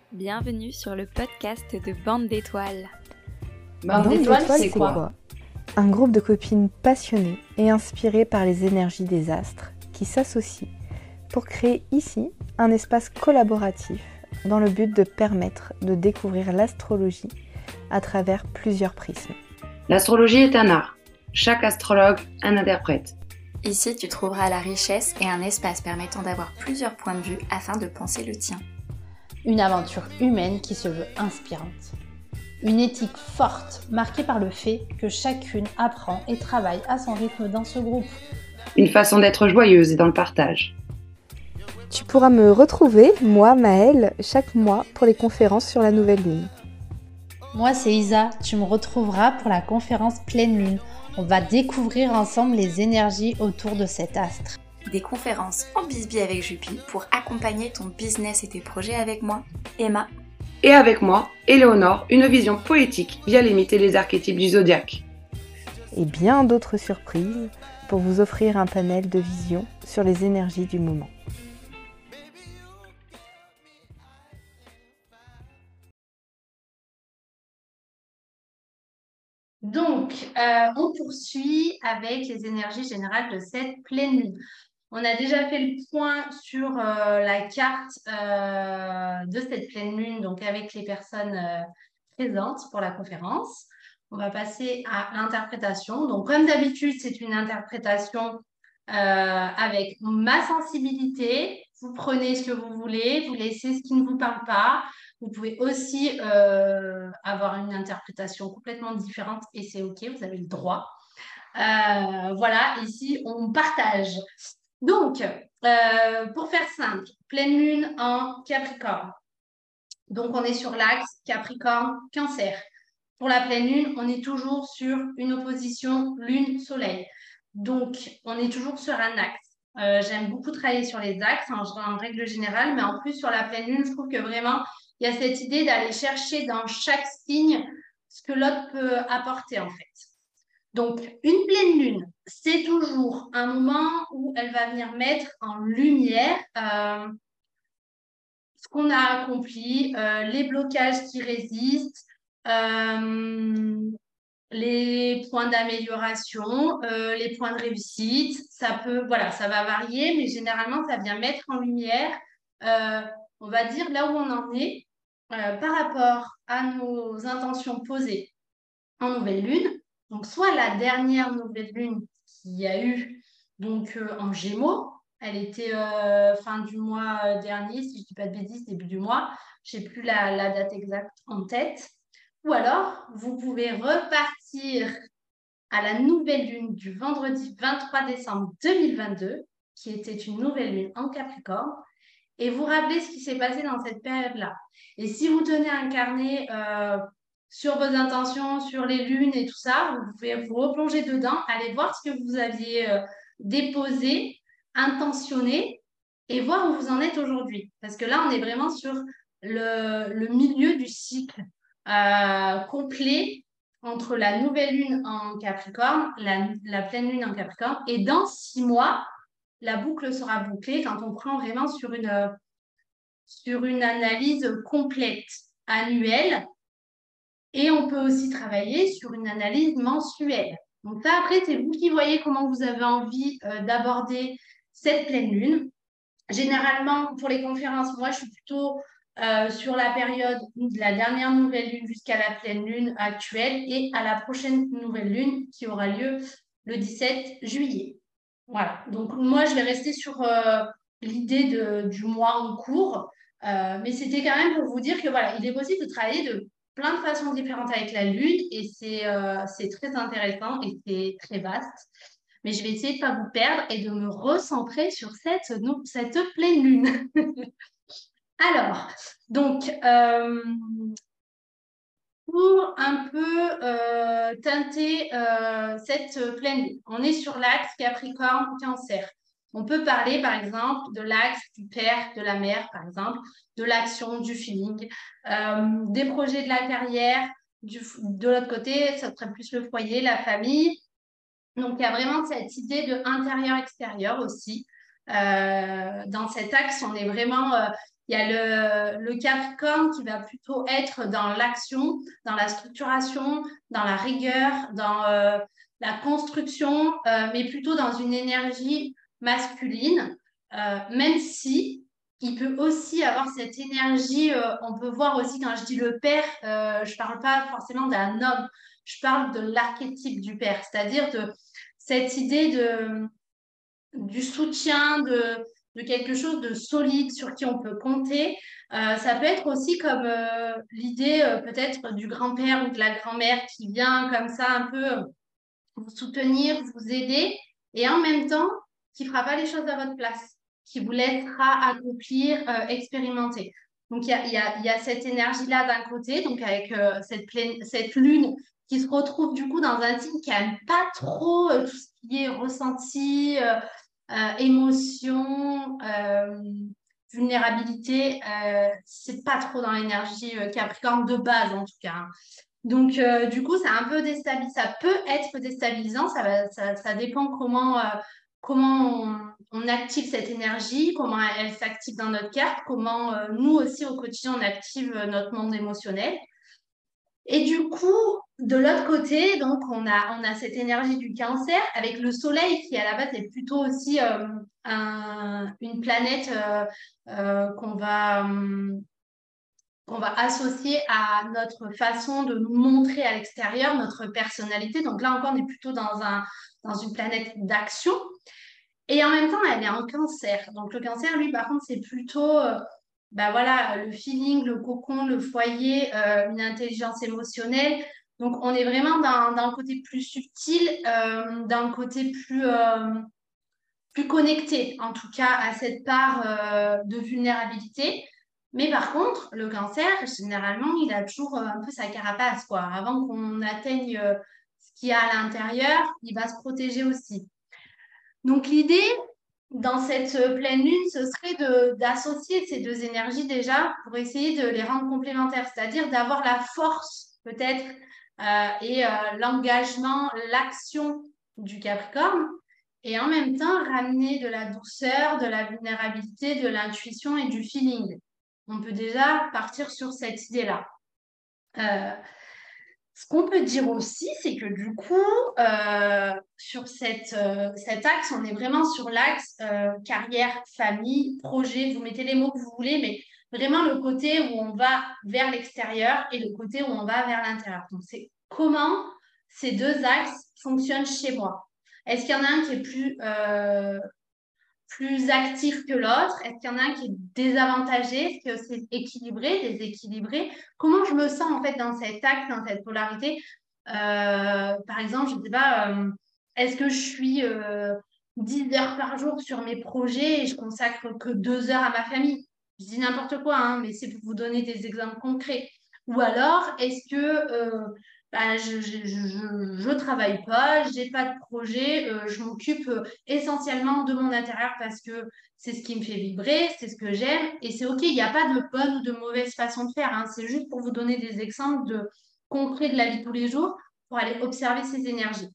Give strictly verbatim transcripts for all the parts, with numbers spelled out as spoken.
Bienvenue sur le podcast de Bande d'étoiles. Bande, Bande d'étoiles, c'est, c'est quoi, quoi Un groupe de copines passionnées et inspirées par les énergies des astres qui s'associent pour créer ici un espace collaboratif dans le but de permettre de découvrir l'astrologie à travers plusieurs prismes. L'astrologie est un art. Chaque astrologue un interprète. Ici, tu trouveras la richesse et un espace permettant d'avoir plusieurs points de vue afin de penser le tien. Une aventure humaine qui se veut inspirante. Une éthique forte, marquée par le fait que chacune apprend et travaille à son rythme dans ce groupe. Une façon d'être joyeuse et dans le partage. Tu pourras me retrouver, moi, Maëlle, chaque mois pour les conférences sur la nouvelle lune. Moi, c'est Isa. Tu me retrouveras pour la conférence Pleine Lune. On va découvrir ensemble les énergies autour de cet astre. Des conférences en bisbille avec Jupy pour accompagner ton business et tes projets avec moi, Emma. Et avec moi, Éléonore, une vision poétique via les mythes et les archétypes du zodiaque. Et bien d'autres surprises pour vous offrir un panel de visions sur les énergies du moment. Donc, euh, on poursuit avec les énergies générales de cette pleine lune. On a déjà fait le point sur euh, la carte euh, de cette pleine lune, donc avec les personnes euh, présentes pour la conférence. On va passer à l'interprétation. Donc, comme d'habitude, c'est une interprétation euh, avec ma sensibilité. Vous prenez ce que vous voulez, vous laissez ce qui ne vous parle pas. Vous pouvez aussi euh, avoir une interprétation complètement différente et c'est OK, vous avez le droit. Euh, voilà, ici, on partage. Donc, euh, pour faire simple, pleine lune en Capricorne. Donc, on est sur l'axe Capricorne-Cancer. Pour la pleine lune, on est toujours sur une opposition lune-soleil. Donc, on est toujours sur un axe. Euh, j'aime beaucoup travailler sur les axes en, en règle générale, mais en plus, sur la pleine lune, je trouve que vraiment, il y a cette idée d'aller chercher dans chaque signe ce que l'autre peut apporter, en fait. Donc, une pleine lune, c'est toujours un moment où elle va venir mettre en lumière euh, ce qu'on a accompli, euh, les blocages qui résistent, euh, les points d'amélioration, euh, les points de réussite. Ça peut, voilà, ça va varier, mais généralement, ça vient mettre en lumière, euh, on va dire, là où on en est euh, par rapport à nos intentions posées en nouvelle lune. Donc, soit la dernière nouvelle lune qu'il y a eu donc, euh, en Gémeaux, elle était euh, fin du mois euh, dernier, si je ne dis pas de bêtises, début du mois. Je n'ai plus la, la date exacte en tête. Ou alors, vous pouvez repartir à la nouvelle lune du vendredi vingt-trois décembre deux mille vingt-deux, qui était une nouvelle lune en Capricorne, et vous rappelez ce qui s'est passé dans cette période-là. Et si vous tenez un carnet euh, sur vos intentions, sur les lunes et tout ça, vous pouvez vous replonger dedans, aller voir ce que vous aviez euh, déposé, intentionné, et voir où vous en êtes aujourd'hui. Parce que là, on est vraiment sur le, le milieu du cycle euh, complet entre la nouvelle lune en Capricorne, la, la pleine lune en Capricorne, et dans six mois, la boucle sera bouclée quand on prend vraiment sur une, sur une analyse complète annuelle. Et on peut aussi travailler sur une analyse mensuelle. Donc ça, après, c'est vous qui voyez comment vous avez envie euh, d'aborder cette pleine lune. Généralement, pour les conférences, moi, je suis plutôt euh, sur la période de la dernière nouvelle lune jusqu'à la pleine lune actuelle et à la prochaine nouvelle lune qui aura lieu le dix-sept juillet. Voilà. Donc, moi, je vais rester sur euh, l'idée de, du mois en cours. Euh, mais c'était quand même pour vous dire que voilà, il est possible de travailler de plein de façons différentes avec la lune et c'est euh, c'est très intéressant et c'est très vaste. Mais je vais essayer de ne pas vous perdre et de me recentrer sur cette, non, cette pleine lune. Alors, donc, euh, pour un peu euh, teinter euh, cette pleine lune, on est sur l'axe Capricorne-Cancer. On peut parler, par exemple, de l'axe du père, de la mère, par exemple, de l'action, du feeling, euh, des projets de la carrière. Du, de l'autre côté, ça serait plus le foyer, la famille. Donc, il y a vraiment cette idée de intérieur-extérieur aussi. Euh, dans cet axe, on est vraiment... Euh, Il y a le, le Capricorne qui va plutôt être dans l'action, dans la structuration, dans la rigueur, dans euh, la construction, euh, mais plutôt dans une énergie masculine, euh, même si il peut aussi avoir cette énergie, euh, on peut voir aussi quand je dis le père, euh, je ne parle pas forcément d'un homme, je parle de l'archétype du père, c'est-à-dire de cette idée de, du soutien, de, de quelque chose de solide sur qui on peut compter. Euh, ça peut être aussi comme euh, l'idée euh, peut-être du grand-père ou de la grand-mère qui vient comme ça un peu euh, vous soutenir, vous aider, et en même temps qui ne fera pas les choses à votre place, qui vous laissera accomplir, euh, expérimenter. Donc, il y a, y a, y a cette énergie-là d'un côté, donc avec euh, cette, pleine, cette lune qui se retrouve du coup dans un signe qui n'aime pas trop euh, tout ce qui est ressenti, euh, euh, émotion, euh, vulnérabilité. Euh, c'est pas trop dans l'énergie euh, Capricorne de base en tout cas, hein. Donc, euh, du coup, c'est un peu déstabilisant. Ça peut être déstabilisant. Ça, va, ça, ça dépend comment, euh, comment on, on active cette énergie, comment elle, elle s'active dans notre carte, comment euh, nous aussi au quotidien on active euh, notre monde émotionnel. Et du coup, de l'autre côté, donc on a, on a cette énergie du Cancer avec le Soleil qui à la base est plutôt aussi euh, un- une planète euh, euh, qu'on va hum, qu'on va associer à notre façon de nous montrer à l'extérieur, notre personnalité. Donc là encore, on est plutôt dans, un, dans une planète d'action. Et en même temps, elle est en Cancer. Donc le Cancer, lui, par contre, c'est plutôt euh, bah voilà, le feeling, le cocon, le foyer, euh, une intelligence émotionnelle. Donc on est vraiment dans, dans le côté plus subtil, euh, dans le côté plus, euh, plus connecté, en tout cas, à cette part euh, de vulnérabilité. Mais par contre, le cancer, généralement, il a toujours euh, un peu sa carapace, quoi. Avant qu'on atteigne euh, ce qu'il y a à l'intérieur, il va se protéger aussi. Donc l'idée, dans cette euh, pleine lune, ce serait de, d'associer ces deux énergies déjà pour essayer de les rendre complémentaires, c'est-à-dire d'avoir la force peut-être euh, et euh, l'engagement, l'action du Capricorne, et en même temps ramener de la douceur, de la vulnérabilité, de l'intuition et du feeling. On peut déjà partir sur cette idée-là. Euh, ce qu'on peut dire aussi, c'est que du coup, euh, sur cette, euh, cet axe, on est vraiment sur l'axe euh, carrière, famille, projet. Vous mettez les mots que vous voulez, mais vraiment le côté où on va vers l'extérieur et le côté où on va vers l'intérieur. Donc, c'est comment ces deux axes fonctionnent chez moi. Est-ce qu'il y en a un qui est plus euh, plus actif que l'autre? Est-ce qu'il y en a un qui est désavantagé? Est-ce que c'est équilibré, déséquilibré? Comment je me sens en fait dans cet axe, dans cette polarité? Euh, par exemple, je ne sais pas, euh, est-ce que je suis euh, dix heures par jour sur mes projets et je consacre que deux heures à ma famille? Je dis n'importe quoi, hein, mais c'est pour vous donner des exemples concrets. Ou alors, est-ce que euh, bah, je ne travaille pas, je n'ai pas de projet, euh, je m'occupe euh, essentiellement de mon intérieur parce que c'est ce qui me fait vibrer, c'est ce que j'aime et c'est OK, il n'y a pas de bonne ou de mauvaise façon de faire, hein. C'est juste pour vous donner des exemples de concrets de la vie de tous les jours pour aller observer ces énergies.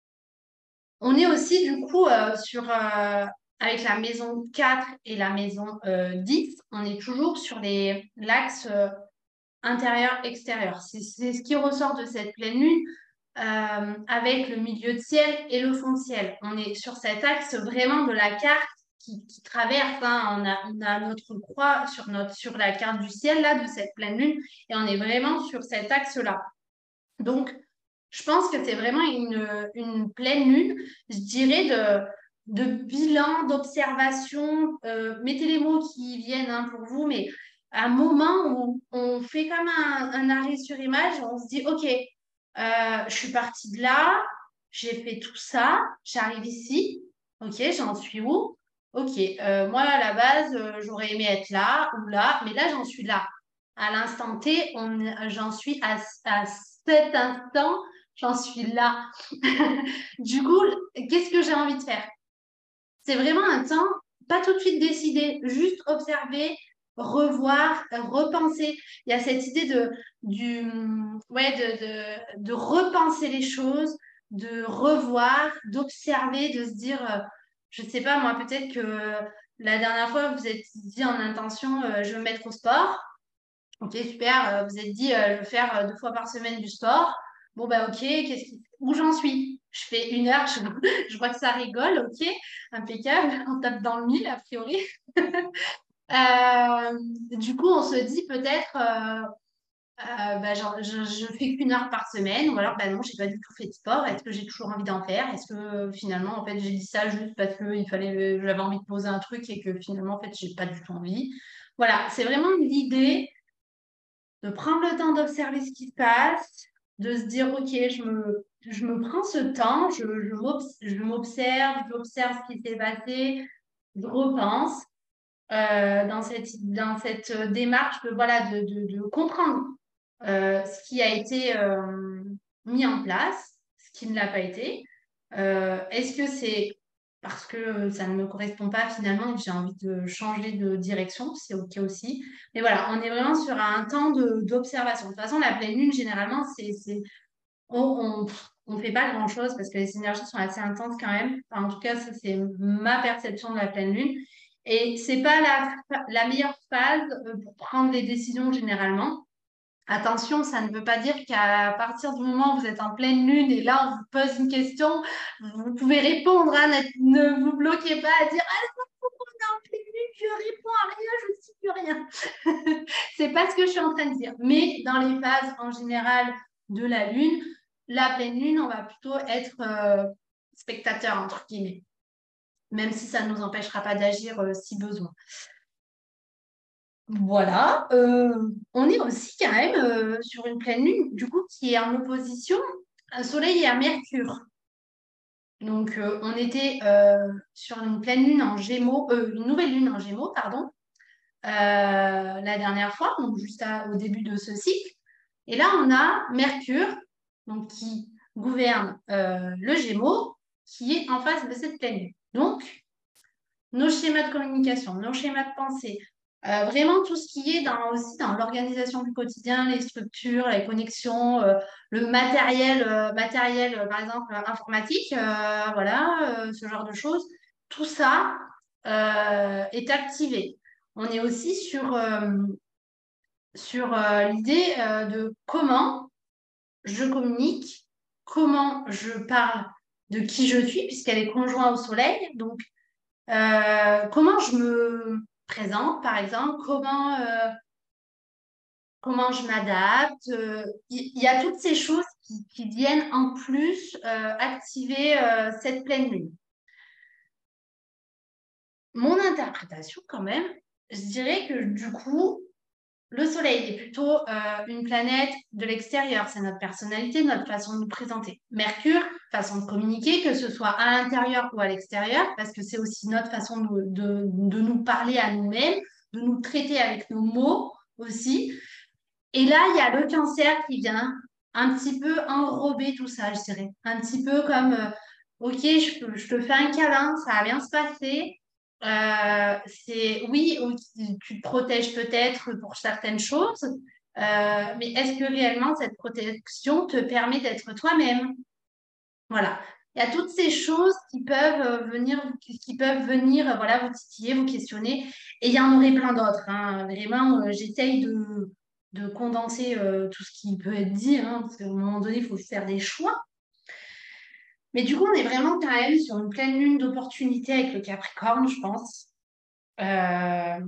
On est aussi du coup euh, sur, euh, avec la maison quatre et la maison euh, dix, on est toujours sur les, l'axe euh, intérieur-extérieur. C'est, c'est ce qui ressort de cette pleine lune euh, avec le milieu de ciel et le fond de ciel. On est sur cet axe vraiment de la carte qui, qui traverse, hein. On a, on a notre croix sur, notre, sur la carte du ciel là, de cette pleine lune et on est vraiment sur cet axe-là. Donc, je pense que c'est vraiment une, une pleine lune, je dirais, de, de bilan, d'observation. Euh, mettez les mots qui viennent hein, pour vous, mais un moment où on fait comme un, un arrêt sur image, on se dit, OK, euh, je suis partie de là, j'ai fait tout ça, j'arrive ici, OK, j'en suis où? OK, euh, moi, à la base, euh, j'aurais aimé être là ou là, mais là, j'en suis là. À l'instant T, on, j'en suis à, à cet instant, j'en suis là. Du coup, qu'est-ce que j'ai envie de faire? C'est vraiment un temps, pas tout de suite décider, juste observer, revoir, repenser. Il y a cette idée de, du, ouais, de, de, de repenser les choses, de revoir, d'observer, de se dire, euh, je ne sais pas, moi, peut-être que la dernière fois, vous êtes dit en intention, euh, je veux me mettre au sport. Ok, super. Euh, vous êtes dit, euh, je veux faire euh, deux fois par semaine du sport. Bon, bah, ok, qu'est-ce qui... où j'en suis? Je fais une heure, je, je vois que ça rigole, ok, impeccable, on tape dans le mille, a priori. Euh, du coup, on se dit peut-être, euh, euh, bah, genre, je, je fais qu'une heure par semaine, ou alors, bah non, j'ai pas du tout fait de sport. Est-ce que j'ai toujours envie d'en faire? Est-ce que euh, finalement, en fait, j'ai dit ça juste parce que il fallait, j'avais envie de poser un truc et que finalement, en fait, j'ai pas du tout envie. Voilà, c'est vraiment l'idée de prendre le temps d'observer ce qui se passe, de se dire, OK, je me, je me prends ce temps, je, je m'obs- je m'observe, j'observe ce qui s'est passé, je repense euh, dans cette, dans cette démarche de, voilà, de, de, de comprendre euh, ce qui a été euh, mis en place, ce qui ne l'a pas été. Euh, est-ce que c'est parce que ça ne me correspond pas finalement et que j'ai envie de changer de direction? C'est OK aussi. Mais voilà, on est vraiment sur un temps de- d'observation. De toute façon, la pleine lune, généralement, c'est, c'est, on ne fait pas grand-chose parce que les énergies sont assez intenses quand même. Enfin, en tout cas, ça, c'est ma perception de la pleine lune. Et c'est pas la, la meilleure phase euh, pour prendre des décisions généralement. Attention, ça ne veut pas dire qu'à partir du moment où vous êtes en pleine lune et là, on vous pose une question, vous pouvez répondre, hein, ne, ne vous bloquez pas à dire ah, on est en pleine lune, je réponds à rien, je ne sais plus rien. C'est pas ce que je suis en train de dire. Mais dans les phases en général de la lune, la pleine lune, on va plutôt être euh, spectateur, entre guillemets, même si ça ne nous empêchera pas d'agir euh, si besoin. Voilà, euh, on est aussi quand même euh, sur une pleine lune, du coup, qui est en opposition à Soleil et à Mercure. Donc, euh, on était euh, sur une pleine lune en Gémeaux, euh, une nouvelle lune en Gémeaux, pardon, euh, la dernière fois, donc juste à- au début de ce cycle. Et là, on a Mercure, donc qui gouverne euh, le Gémeaux, qui est en face de cette pleine lune. Donc, nos schémas de communication, nos schémas de pensée, euh, vraiment tout ce qui est dans, aussi dans l'organisation du quotidien, les structures, les connexions, euh, le matériel, euh, matériel euh, par exemple euh, informatique, euh, voilà, euh, ce genre de choses, tout ça euh, est activé. On est aussi sur, euh, sur euh, l'idée euh, de comment je communique, comment je parle de qui je suis, puisqu'elle est conjointe au soleil. Donc, euh, comment je me présente, par exemple, comment, euh, comment je m'adapte. euh, Il y, y a toutes ces choses qui, qui viennent en plus euh, activer euh, cette pleine lune. Mon interprétation, quand même, je dirais que du coup, le Soleil est plutôt euh, une planète de l'extérieur. C'est notre personnalité, notre façon de nous présenter. Mercure, façon de communiquer, que ce soit à l'intérieur ou à l'extérieur, parce que c'est aussi notre façon de, de, de nous parler à nous-mêmes, de nous traiter avec nos mots aussi. Et là, il y a le Cancer qui vient un petit peu enrober tout ça, je dirais. Un petit peu comme, euh, OK, je, peux- je te fais un câlin, ça va bien se passer. Euh, c'est oui, ok, tu te protèges peut-être pour certaines choses, euh, mais est-ce que réellement cette protection te permet d'être toi-même? Voilà. Il y a toutes ces choses qui peuvent euh, venir, qui qui peuvent venir, euh, voilà, vous titiller, vous questionner. Et il y en aurait plein d'autres, hein. Vraiment, euh, j'essaye de, de condenser euh, tout ce qui peut être dit, hein, parce qu'à un moment donné, il faut faire des choix. Mais du coup, on est vraiment quand même sur une pleine lune d'opportunités avec le Capricorne, je pense. Euh,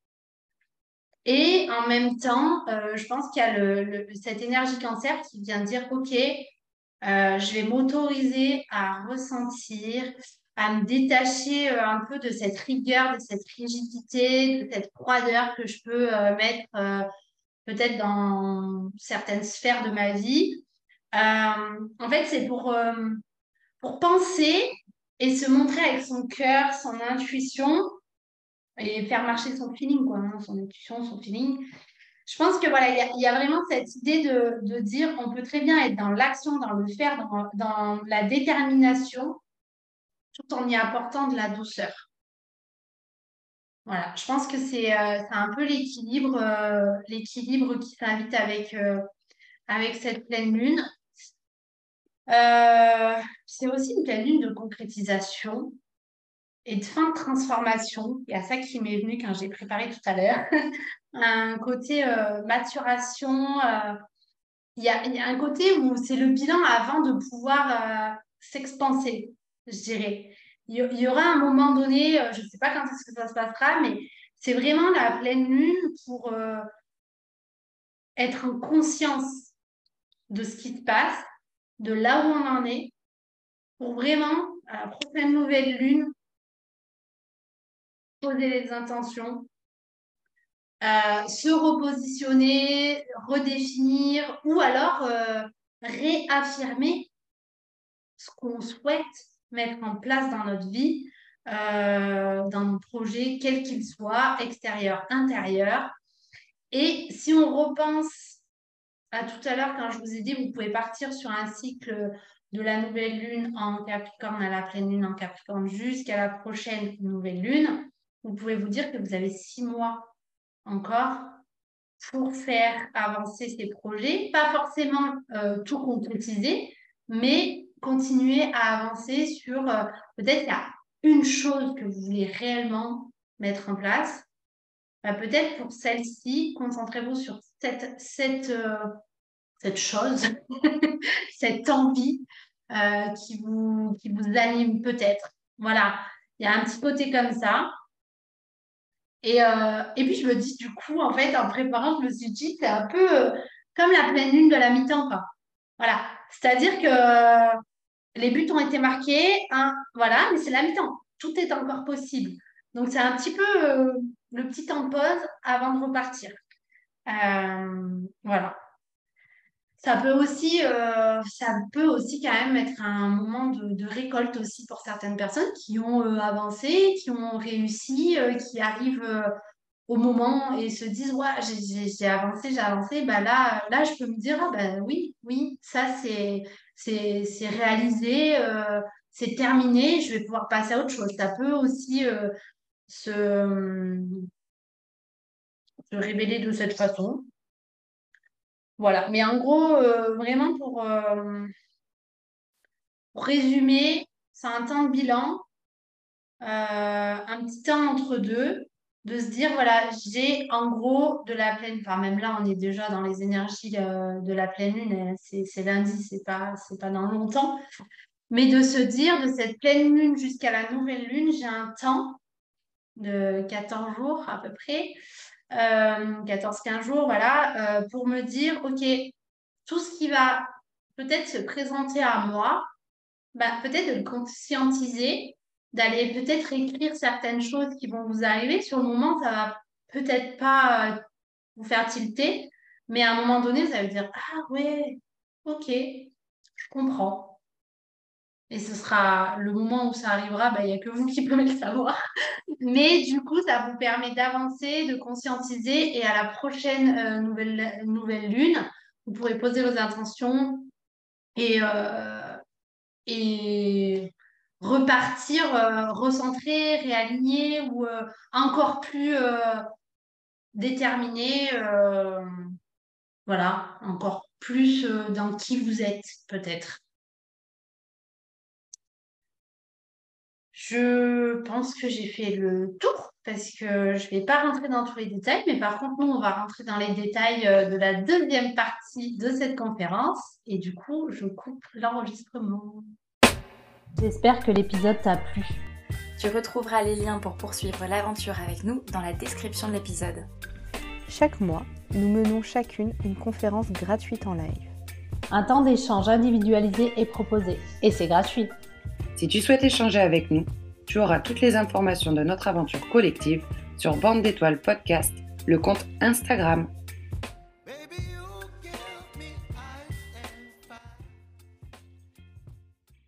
et en même temps, euh, je pense qu'il y a le, le- cette énergie cancer qui vient dire, OK, euh, je vais m'autoriser à ressentir, à me détacher euh, un peu de cette rigueur, de cette rigidité, de cette froideur que je peux euh, mettre euh, peut-être dans certaines sphères de ma vie. Euh, en fait, c'est pour, euh, pour penser et se montrer avec son cœur, son intuition et faire marcher son feeling, quoi, hein, son intuition, son feeling. Je pense que voilà, il y a, il y a vraiment cette idée de, de dire on peut très bien être dans l'action, dans le faire, dans, dans la détermination, tout en y apportant de la douceur. Voilà, je pense que c'est euh, c'est un peu l'équilibre euh, l'équilibre qui s'invite avec, euh, avec cette pleine lune. Euh, c'est aussi une pleine lune de concrétisation. et de fin de transformation. Il y a ça qui m'est venu quand j'ai préparé tout à l'heure. Un côté euh, maturation. Euh, il y a, il y a un côté où c'est le bilan avant de pouvoir euh, s'expanser, je dirais. Il y, il y aura un moment donné, euh, je ne sais pas quand est-ce que ça se passera, mais c'est vraiment la pleine lune pour euh, être en conscience de ce qui se passe, de là où on en est, pour vraiment, à la prochaine nouvelle lune, poser les intentions, euh, se repositionner, redéfinir, ou alors euh, réaffirmer ce qu'on souhaite mettre en place dans notre vie, euh, dans nos projets, quels qu'ils soient, extérieurs, intérieurs. Et si on repense à tout à l'heure, quand je vous ai dit, vous pouvez partir sur un cycle de la nouvelle lune en Capricorne à la pleine lune en Capricorne jusqu'à la prochaine nouvelle lune, vous pouvez vous dire que vous avez six mois encore pour faire avancer ces projets, pas forcément euh, tout concrétiser, mais continuer à avancer sur euh, peut-être il y a une chose que vous voulez réellement mettre en place. Bah, peut-être pour celle-ci, concentrez-vous sur cette, cette, euh, cette chose, cette envie euh, qui, vous, qui vous anime peut-être. Voilà, il y a un petit côté comme ça. Et, euh, et puis, je me dis, du coup, en fait, en préparant, je me suis dit, c'est un peu euh, comme la pleine lune de la mi-temps, quoi. Voilà. C'est-à-dire que euh, les buts ont été marqués, hein, voilà, mais c'est la mi-temps. Tout est encore possible. Donc, c'est un petit peu euh, le petit temps de pause avant de repartir. Euh, voilà. Ça peut aussi, euh, ça peut aussi quand même être un moment de, de récolte aussi pour certaines personnes qui ont euh, avancé, qui ont réussi, euh, qui arrivent euh, au moment et se disent ouais, j'ai j'ai- j'ai avancé, j'ai avancé. Bah là, là, je peux me dire ah ben oui, oui, ça c'est c'est c'est réalisé, euh, c'est terminé. Je vais pouvoir passer à autre chose. Ça peut aussi euh, se se révéler de cette façon. Voilà. Mais en gros, euh, vraiment pour euh, Pour résumer, c'est un temps de bilan, euh, un petit temps entre deux, de se dire, voilà, j'ai en gros de la pleine, enfin même là, on est déjà dans les énergies euh, de la pleine lune, hein, c'est c'est lundi, c'est pas, c'est pas dans longtemps, mais de se dire, de cette pleine lune jusqu'à la nouvelle lune, j'ai un temps de quatorze jours à peu près, euh, quatorze quinze jours, voilà, euh, pour me dire, OK, tout ce qui va peut-être se présenter à moi, bah, peut-être de le conscientiser, d'aller peut-être écrire certaines choses qui vont vous arriver. Sur le moment, ça va peut-être pas euh, vous faire tilter, mais à un moment donné, vous allez dire, ah ouais, ok, je comprends. Et ce sera le moment où ça arrivera, bah, il n'y a que vous qui pouvez le savoir. Mais du coup, ça vous permet d'avancer, de conscientiser, et à la prochaine euh, nouvelle, nouvelle lune, vous pourrez poser vos intentions et, euh, et repartir, euh, recentrer, réaligner ou euh, encore plus euh, déterminé, euh, voilà, encore plus euh, dans qui vous êtes peut-être. Je pense que j'ai fait le tour parce que je ne vais pas rentrer dans tous les détails, mais par contre, nous, on va rentrer dans les détails euh, de la deuxième partie de cette conférence et du coup, je coupe l'enregistrement. J'espère que l'épisode t'a plu. Tu retrouveras les liens pour poursuivre l'aventure avec nous dans la description de l'épisode. Chaque mois, nous menons chacune une conférence gratuite en live. Un temps d'échange individualisé est proposé et c'est gratuit. Si tu souhaites échanger avec nous, tu auras toutes les informations de notre aventure collective sur Bande d'étoiles podcast, le compte Instagram